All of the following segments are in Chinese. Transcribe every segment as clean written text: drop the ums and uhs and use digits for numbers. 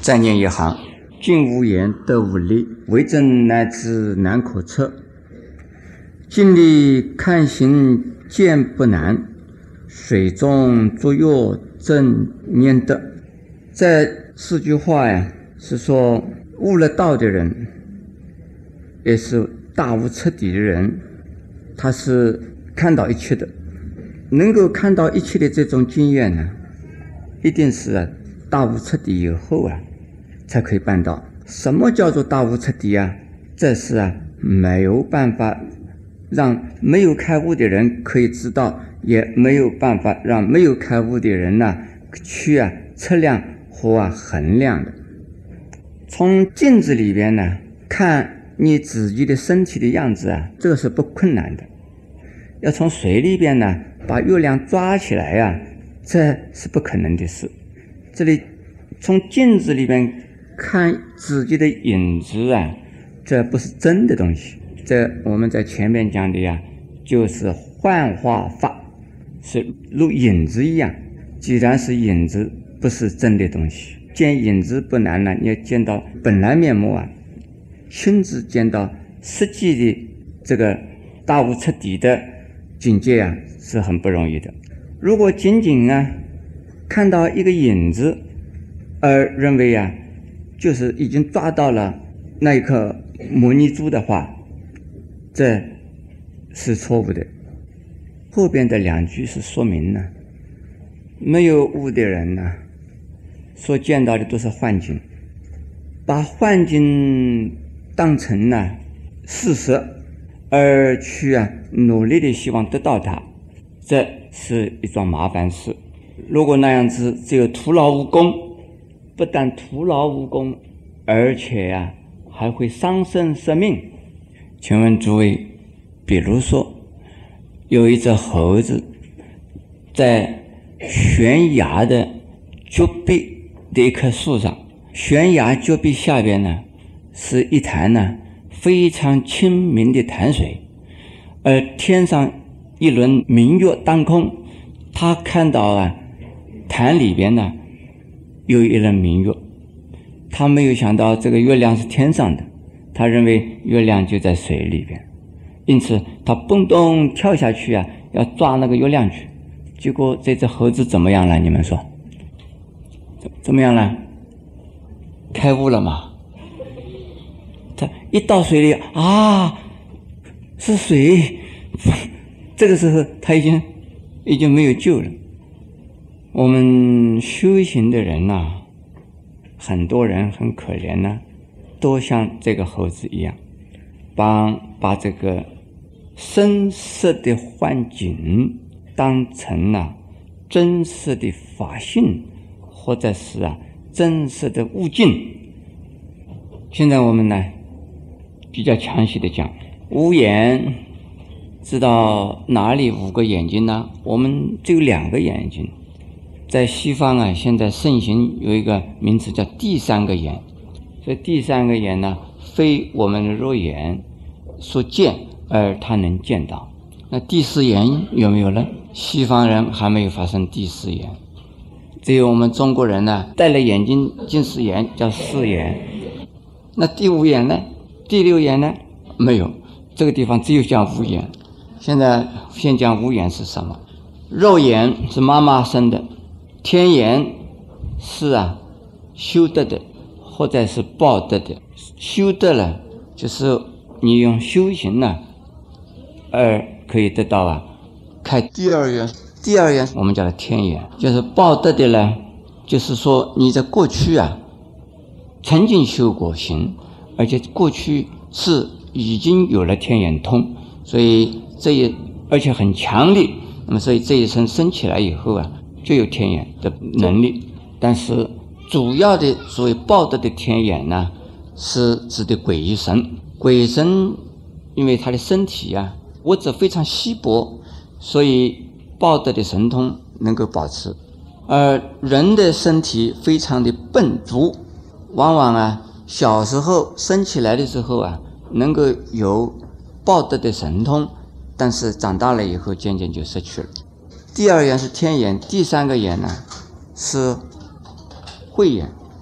再念一行：近无言，得无力，为政乃至难可测。尽力看行见不难，水中作乐正念得。这四句话呀，是说悟了道的人，也是大悟彻底的人，他是看到一切的。能够看到一切的这种经验呢，一定是大悟彻底以后才可以办到。什么叫做大悟彻底啊？这是没有办法让没有开悟的人可以知道，也没有办法让没有开悟的人去测量和衡量的。从镜子里边看你自己的身体的样子这个是不困难的。要从水里边把月亮抓起来这是不可能的事。这里从镜子里边看自己的影子这不是真的东西。这我们在前面讲的就是幻化法，是如影子一样。既然是影子，不是真的东西。见影子不难你要见到本来面目亲自见到实际的这个大悟彻底的境界是很不容易的。如果仅仅看到一个影子而认为就是已经抓到了那一颗摩尼珠的话，这是错误的。后边的两句是说明没有悟的人所见到的都是幻境，把幻境当成事实而去努力的希望得到它，这是一桩麻烦事。如果那样子只有徒劳无功，不但徒劳无功，而且还会伤身失命。请问诸位，比如说有一只猴子在悬崖的绝壁的一棵树上，悬崖绝壁下边是一潭非常清明的潭水，而天上一轮明月当空，他看到潭里边有一轮明月。他没有想到这个月亮是天上的，他认为月亮就在水里边，因此他蹦动跳下去要抓那个月亮去。结果这只猴子怎么样了？你们说怎么样了？开悟了吗？他一到水里是水，这个时候他已经没有救了。我们修行的人很多人很可怜都像这个猴子一样，把这个深色的幻境当成真实的法性，或者是真实的悟境。现在我们比较详细的讲五眼，知道哪里五个眼睛呢？我们只有两个眼睛。在西方现在盛行有一个名词叫第三个眼。所以第三个眼非我们的肉眼所见，而它能见到。那第四眼有没有呢？西方人还没有发生第四眼，只有我们中国人戴了眼镜近视眼叫四眼。那第五眼呢？第六眼呢？没有。这个地方只有讲五眼。现在先讲五眼是什么。肉眼是妈妈生的，天眼是修得的，或者是报得的。修得了就是你用修行而可以得到开第二眼。第二眼我们叫天眼。就是报得的呢，就是说你在过去曾经修过行，而且过去是已经有了天眼通，所以而且很强力。那么所以这一生升起来以后就有天眼的能力。但是主要的所谓报得的天眼是指的鬼神。鬼神因为他的身体物质非常稀薄，所以报得的神通能够保持。而人的身体非常的笨拙，往往小时候生起来的时候能够有报得的神通，但是长大了以后渐渐就失去了。第二眼是天眼。第三个眼是慧眼。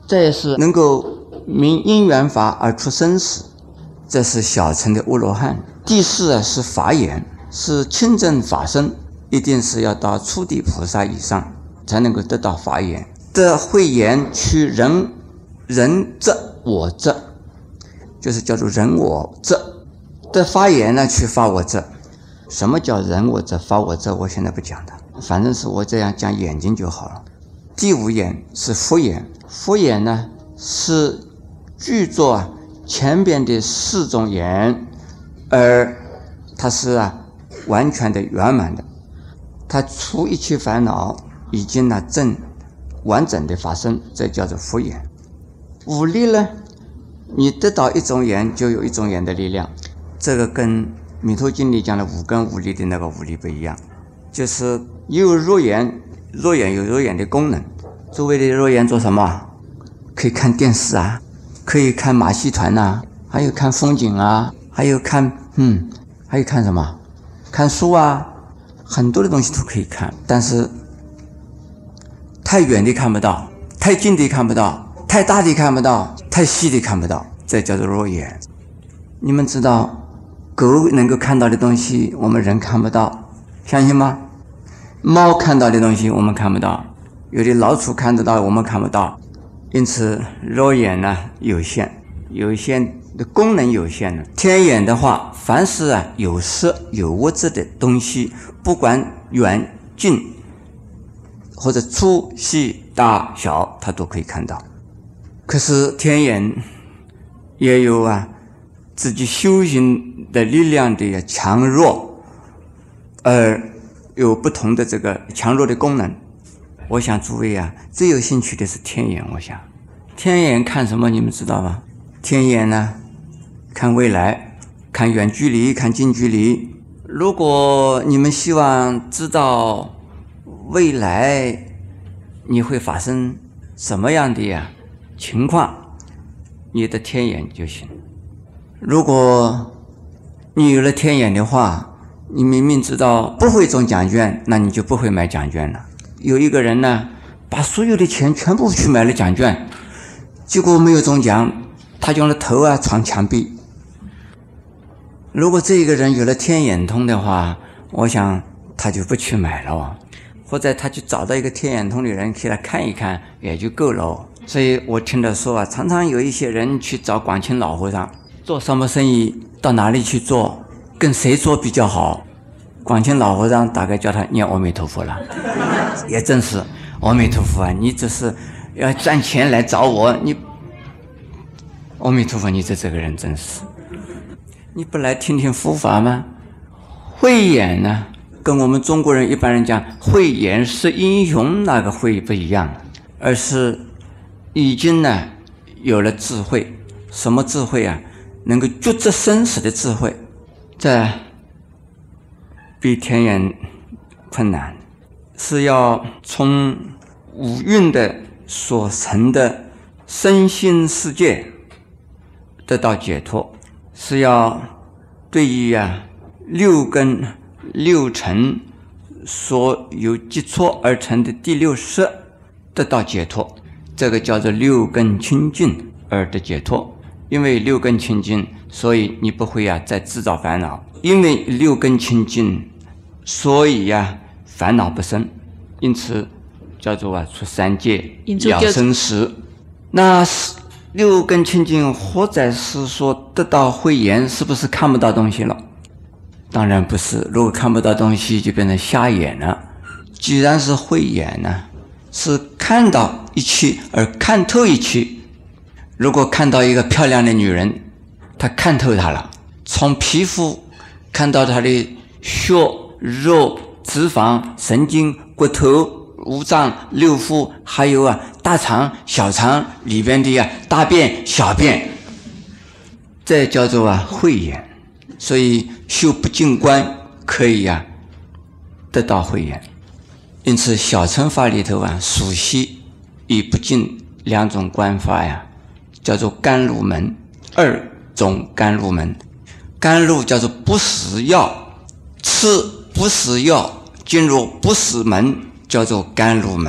这也是能够明因缘法而出生死，这是小乘的阿罗汉。第四是法眼，是清正法身，一定是要到初地菩萨以上才能够得到法眼。得慧眼去人执我执，就是叫做人我执。得法眼呢去法我执。什么叫人我执法我执，我现在不讲的，反正是我这样讲眼睛就好了。第五眼是佛眼，佛眼呢是具作前边的四种眼，而它是完全的圆满的，它除一切烦恼已经正完整的发生，这叫做佛眼。五力呢，你得到一种眼就有一种眼的力量，这个跟弥陀经里讲的五根五力的那个五力不一样，就是有肉眼，肉眼有肉眼的功能。诸位的肉眼做什么？可以看电视啊，可以看马戏团啊，还有看风景啊，还有看什么？看书啊，很多的东西都可以看。但是太远的看不到，太近的看不到，太大的看不到，太细的看不到，这叫做肉眼。你们知道狗能够看到的东西我们人看不到，相信吗？猫看到的东西我们看不到，有的老鼠看得到我们看不到。因此肉眼呢有限的功能有限的。天眼的话，凡是有色有物质的东西，不管远近或者粗细大小，它都可以看到。可是天眼也有自己修行的力量的强弱，而有不同的这个强弱的功能。我想诸位最有兴趣的是天眼。我想天眼看什么你们知道吗？天眼呢看未来，看远距离，看近距离。如果你们希望知道未来你会发生什么样的情况，你的天眼就行。如果你有了天眼的话，你明明知道不会中奖券，那你就不会买奖券了。有一个人呢把所有的钱全部去买了奖券，结果没有中奖，他用了头撞墙壁。如果这一个人有了天眼通的话，我想他就不去买了，或者他去找到一个天眼通的人去来看一看也就够了。所以我听他说常常有一些人去找广清老和尚做什么生意，到哪里去做，跟谁做比较好。广清老和尚大概叫他念阿弥陀佛了。也正是阿弥陀佛你这是要赚钱来找我，你阿弥陀佛，你这个人真是，你不来听听佛法吗？慧眼呢跟我们中国人一般人讲慧眼是英雄那个慧不一样，而是已经有了智慧。什么智慧能够觉知生死的智慧，这比天眼困难，是要从五蕴的所成的身心世界得到解脱，是要对于六根六尘所有基础而成的第六识得到解脱，这个叫做六根清净而得解脱。因为六根清净，所以你不会再制造烦恼，因为六根清净，所以烦恼不生，因此叫做出三界了生死。那六根清净或者是说得到慧眼，是不是看不到东西了？当然不是，如果看不到东西就变成瞎眼了。既然是慧眼呢，是看到一切而看透一切。如果看到一个漂亮的女人，他看透她了，从皮肤看到她的血肉脂肪神经骨头五脏六腑，还有大肠小肠里边的大便小便，这叫做慧眼。所以修不净观可以得到慧眼。因此小乘法里头属息与不净两种观法叫做甘露门，二种甘露门。甘露叫做不食药，吃不食药进入不食门，叫做甘露门。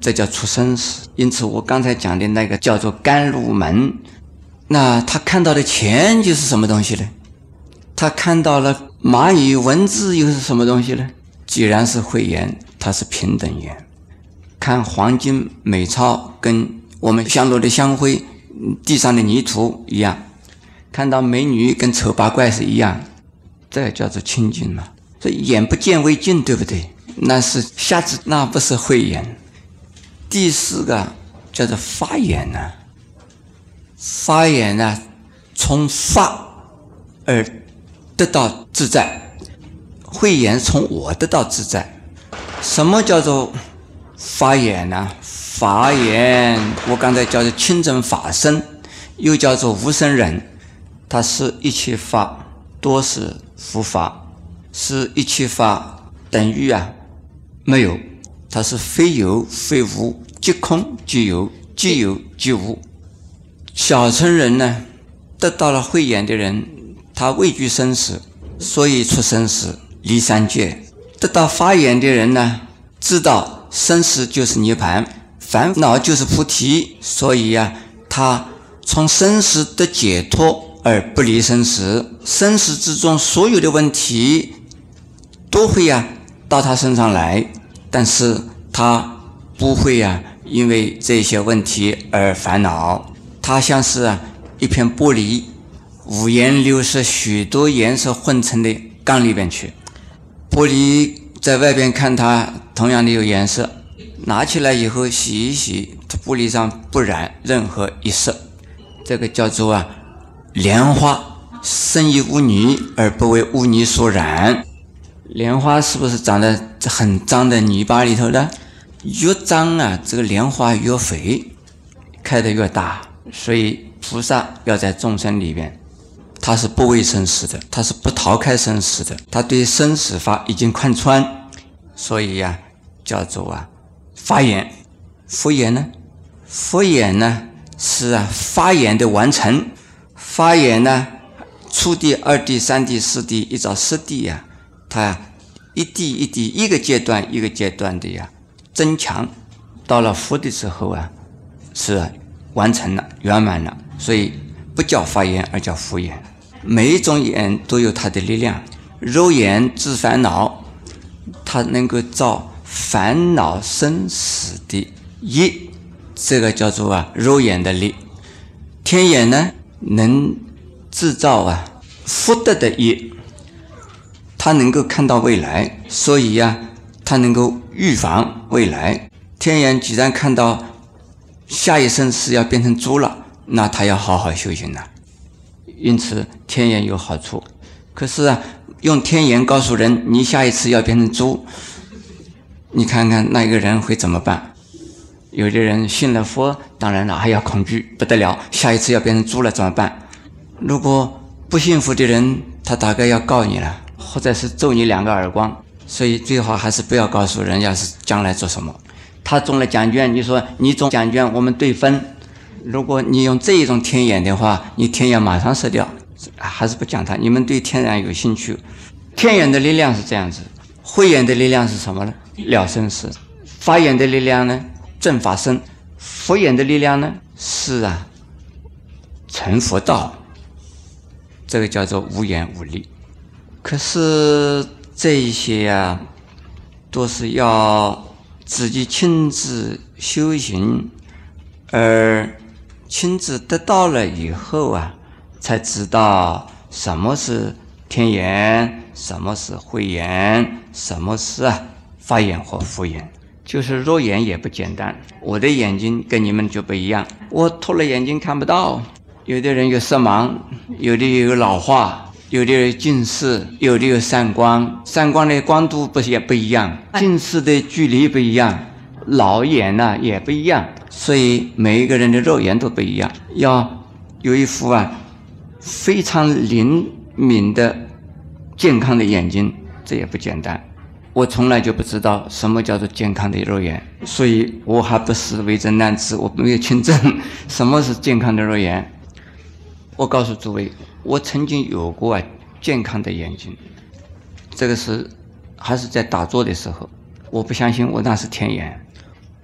这叫出生时。因此我刚才讲的那个叫做甘露门，那他看到的钱就是什么东西呢？他看到了蚂蚁蚊子又是什么东西呢？既然是慧眼，它是平等眼。看黄金美钞跟我们香炉的香灰地上的泥土一样，看到美女跟丑八怪是一样，这叫做清净嘛。所以眼不见为净，对不对？那是瞎子，那不是慧眼。第四个叫做法眼呢，法眼呢，从法而得到自在，慧眼从我得到自在。什么叫做法眼呢？法眼我刚才叫做清真法身，又叫做无生忍，它是一切法多是佛法，是一切法等于没有，它是非有非无，即空即有，即有即无。小乘人呢，得到了慧眼的人，他畏惧生死，所以出生死离三界。得到法眼的人呢，知道生死就是涅槃，烦恼就是菩提，所以他从生死得解脱而不离生死。生死之中所有的问题都会到他身上来，但是他不会因为这些问题而烦恼。他像是一片玻璃，五颜六色许多颜色混成的缸里边去。玻璃在外边看它同样的有颜色，拿起来以后洗一洗，它玻璃上不染任何一色。这个叫做莲花生于污泥而不为污泥所染。莲花是不是长在很脏的泥巴里头的？越脏这个莲花越肥，开得越大。所以菩萨要在众生里边，他是不畏生死的，他是不逃开生死的，他对生死法已经看穿，所以叫做法眼。佛眼呢？佛眼呢是法眼的完成。法眼呢，初地、二地、三地、四地，一到十地它一地一地，一个阶段一个阶段的增强，到了佛的时候是完成了，圆满了，所以不叫法眼而叫佛眼。每一种眼都有它的力量。肉眼治烦恼，它能够造烦恼生死的业，这个叫做肉眼的力。天眼呢，能制造福德的业，它能够看到未来，所以它能够预防未来。天眼既然看到下一生是要变成猪了，那他要好好修行了。因此天眼有好处。可是用天眼告诉人你下一次要变成猪，你看看那个人会怎么办？有的人信了佛，当然了还要恐惧不得了，下一次要变成猪了怎么办？如果不信佛的人，他大概要告你了，或者是揍你2个耳光。所以最好还是不要告诉人家是将来做什么。他中了奖券，你说你中奖券我们对分，如果你用这一种天眼的话，你天眼马上射掉。还是不讲他，你们对天眼有兴趣。天眼的力量是这样子，慧眼的力量是什么呢？了生死。法眼的力量呢？正法身。佛眼的力量呢？是成佛道。这个叫做无眼无力。可是这一些都是要自己亲自修行，而亲自得到了以后才知道什么是天眼，什么是慧眼，什么是法眼或佛眼。就是肉眼也不简单，我的眼睛跟你们就不一样，我脱了眼睛看不到。有的人有色盲，有的有老化，有的有近视，有的有散光。散光的光度也不一样，近视的距离不一样，老眼也不一样，所以每一个人的肉眼都不一样。要有一副非常灵敏的健康的眼睛，这也不简单。我从来就不知道什么叫做健康的肉眼，所以我还不是为真男子，我没有亲证什么是健康的肉眼。我告诉诸位，我曾经有过健康的眼睛，这个是还是在打坐的时候，我不相信我那是天眼。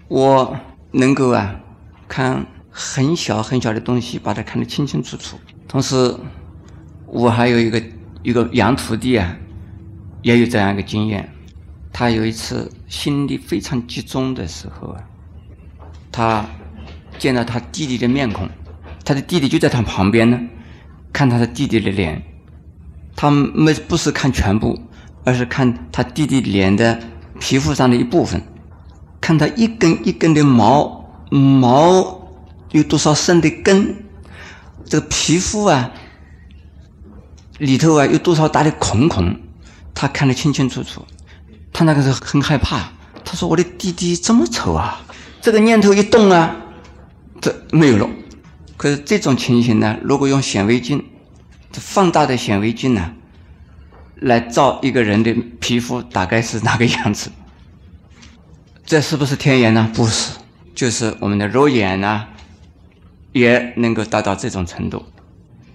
我能够看很小很小的东西，把它看得清清楚楚。同时，我还有一个洋徒弟也有这样一个经验。他有一次心力非常集中的时候他见到他弟弟的面孔，他的弟弟就在他旁边呢，看他的弟弟的脸，他不是看全部，而是看他弟弟脸的皮肤上的一部分，看他一根一根的毛有多少深的根，这个皮肤里头有多少大的孔孔，他看得清清楚楚。他那个时候很害怕，他说我的弟弟这么丑这个念头一动这没有了。可是这种情形呢，如果用显微镜，这放大的显微镜来照一个人的皮肤大概是那个样子，这是不是天眼呢？不是，就是我们的肉眼也能够达到这种程度。